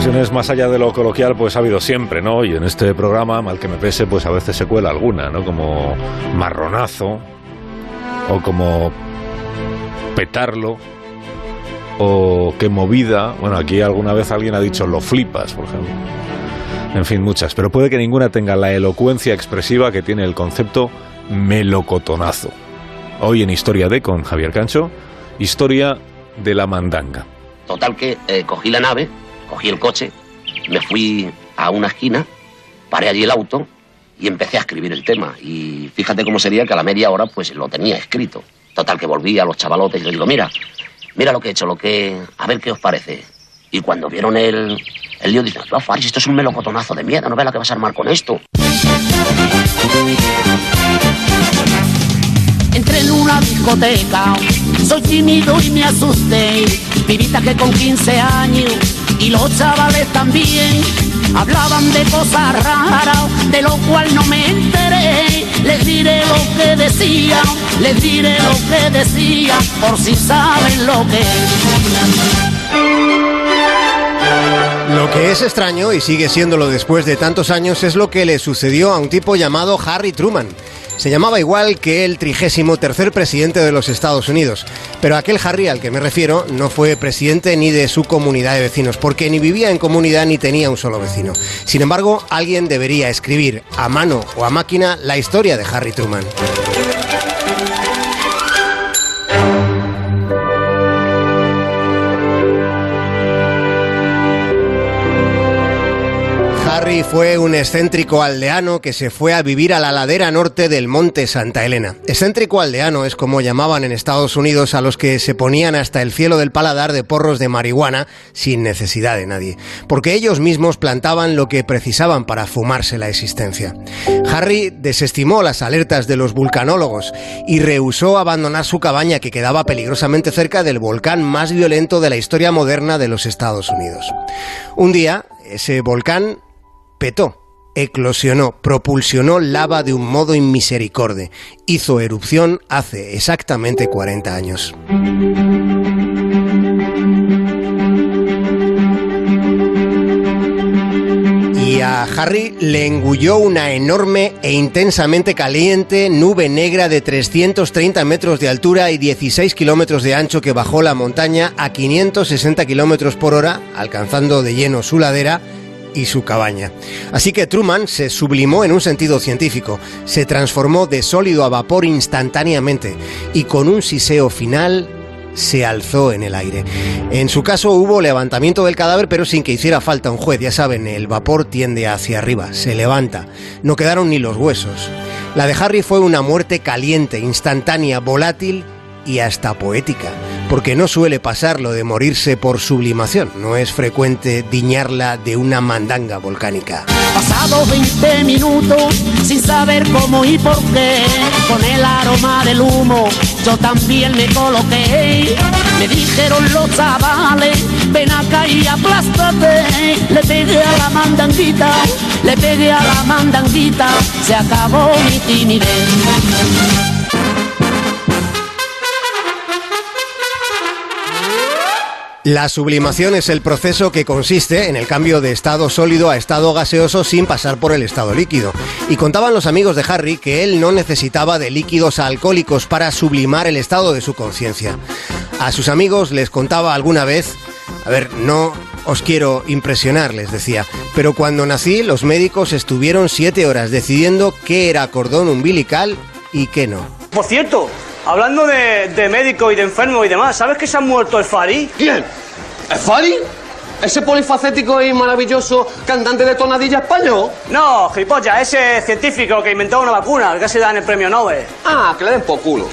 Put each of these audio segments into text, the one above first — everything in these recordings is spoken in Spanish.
expresiones más allá de lo coloquial pues ha habido siempre, ¿no? Y en este programa, mal que me pese, pues a veces se cuela alguna, ¿no? Como marronazo, o como petarlo, o qué movida. Bueno, aquí alguna vez alguien ha dicho lo flipas, por ejemplo. En fin, muchas, pero puede que ninguna tenga la elocuencia expresiva que tiene el concepto melocotonazo. Hoy en Historia de, con Javier Cancho, historia de la mandanga. Total que cogí la nave, cogí el coche, me fui a una esquina, paré allí el auto y empecé a escribir el tema. Y fíjate cómo sería que a la media hora pues lo tenía escrito. Total que volví a los chavalotes y les digo, mira lo que he hecho, a ver qué os parece. Y cuando vieron el lío, dicen, no, Faris, esto es un melocotonazo de mierda, no ves la que vas a armar con esto. Entré en una discoteca, soy tímido y me asusté. Pibita que con 15 años y los chavales también hablaban de cosas raras, de lo cual no me enteré. Les diré lo que decían, por si saben lo que es. Lo que es extraño, y sigue siéndolo después de tantos años, es lo que le sucedió a un tipo llamado Harry Truman. Se llamaba igual que el 33º presidente de los Estados Unidos. Pero aquel Harry al que me refiero no fue presidente ni de su comunidad de vecinos, porque ni vivía en comunidad ni tenía un solo vecino. Sin embargo, alguien debería escribir, a mano o a máquina, la historia de Harry Truman. Harry fue un excéntrico aldeano que se fue a vivir a la ladera norte del monte Santa Elena. Excéntrico aldeano es como llamaban en Estados Unidos a los que se ponían hasta el cielo del paladar de porros de marihuana sin necesidad de nadie, porque ellos mismos plantaban lo que precisaban para fumarse la existencia. Harry desestimó las alertas de los vulcanólogos y rehusó abandonar su cabaña, que quedaba peligrosamente cerca del volcán más violento de la historia moderna de los Estados Unidos. Un día, ese volcán petó, eclosionó, propulsionó lava de un modo inmisericorde. Hizo erupción hace exactamente 40 años. Y a Harry le engulló una enorme e intensamente caliente nube negra de 330 metros de altura y 16 kilómetros de ancho que bajó la montaña a 560 kilómetros por hora, alcanzando de lleno su ladera y su cabaña. Así que Truman se sublimó en un sentido científico, se transformó de sólido a vapor instantáneamente y con un siseo final se alzó en el aire. En su caso hubo levantamiento del cadáver, pero sin que hiciera falta un juez. Ya saben, el vapor tiende hacia arriba, se levanta. No quedaron ni los huesos. La de Harry fue una muerte caliente, instantánea, volátil y hasta poética, porque no suele pasar lo de morirse por sublimación. No es frecuente diñarla de una mandanga volcánica. Pasados 20 minutos sin saber cómo y por qué, con el aroma del humo yo también me coloqué. Me dijeron los chavales, ven acá y aplástate. Le pegué a la mandanguita, se acabó mi timidez. La sublimación es el proceso que consiste en el cambio de estado sólido a estado gaseoso sin pasar por el estado líquido. Y contaban los amigos de Harry que él no necesitaba de líquidos alcohólicos para sublimar el estado de su conciencia. A sus amigos les contaba alguna vez, no os quiero impresionar, les decía, pero cuando nací los médicos estuvieron 7 horas decidiendo qué era cordón umbilical y qué no. Por cierto, hablando de médicos y de enfermos y demás, ¿sabes que se ha muerto el Fari? ¿Quién? ¿El Fari? ¿Ese polifacético y maravilloso cantante de tonadilla español? No, gilipollas, ese científico que inventó una vacuna, que casi dan el premio Nobel. Ah, que le den por culo.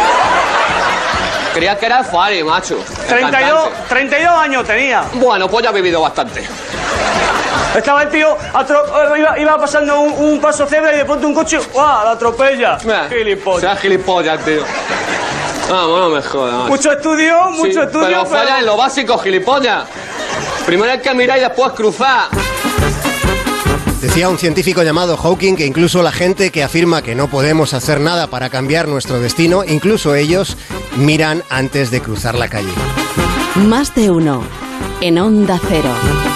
Creía que era el Fari, macho. 32 años tenía. Bueno, pues ya ha vivido bastante. Estaba el tío, iba pasando un paso cebra y de pronto un coche, ¡guau!, lo atropella. Gilipollas. Será gilipollas, tío. Vamos, no me jodas. Macho. Mucho estudio. Pero falla en lo básico, gilipollas. Primero hay que mirar y después cruzar. Decía un científico llamado Hawking que incluso la gente que afirma que no podemos hacer nada para cambiar nuestro destino, incluso ellos miran antes de cruzar la calle. Más de uno en Onda Cero.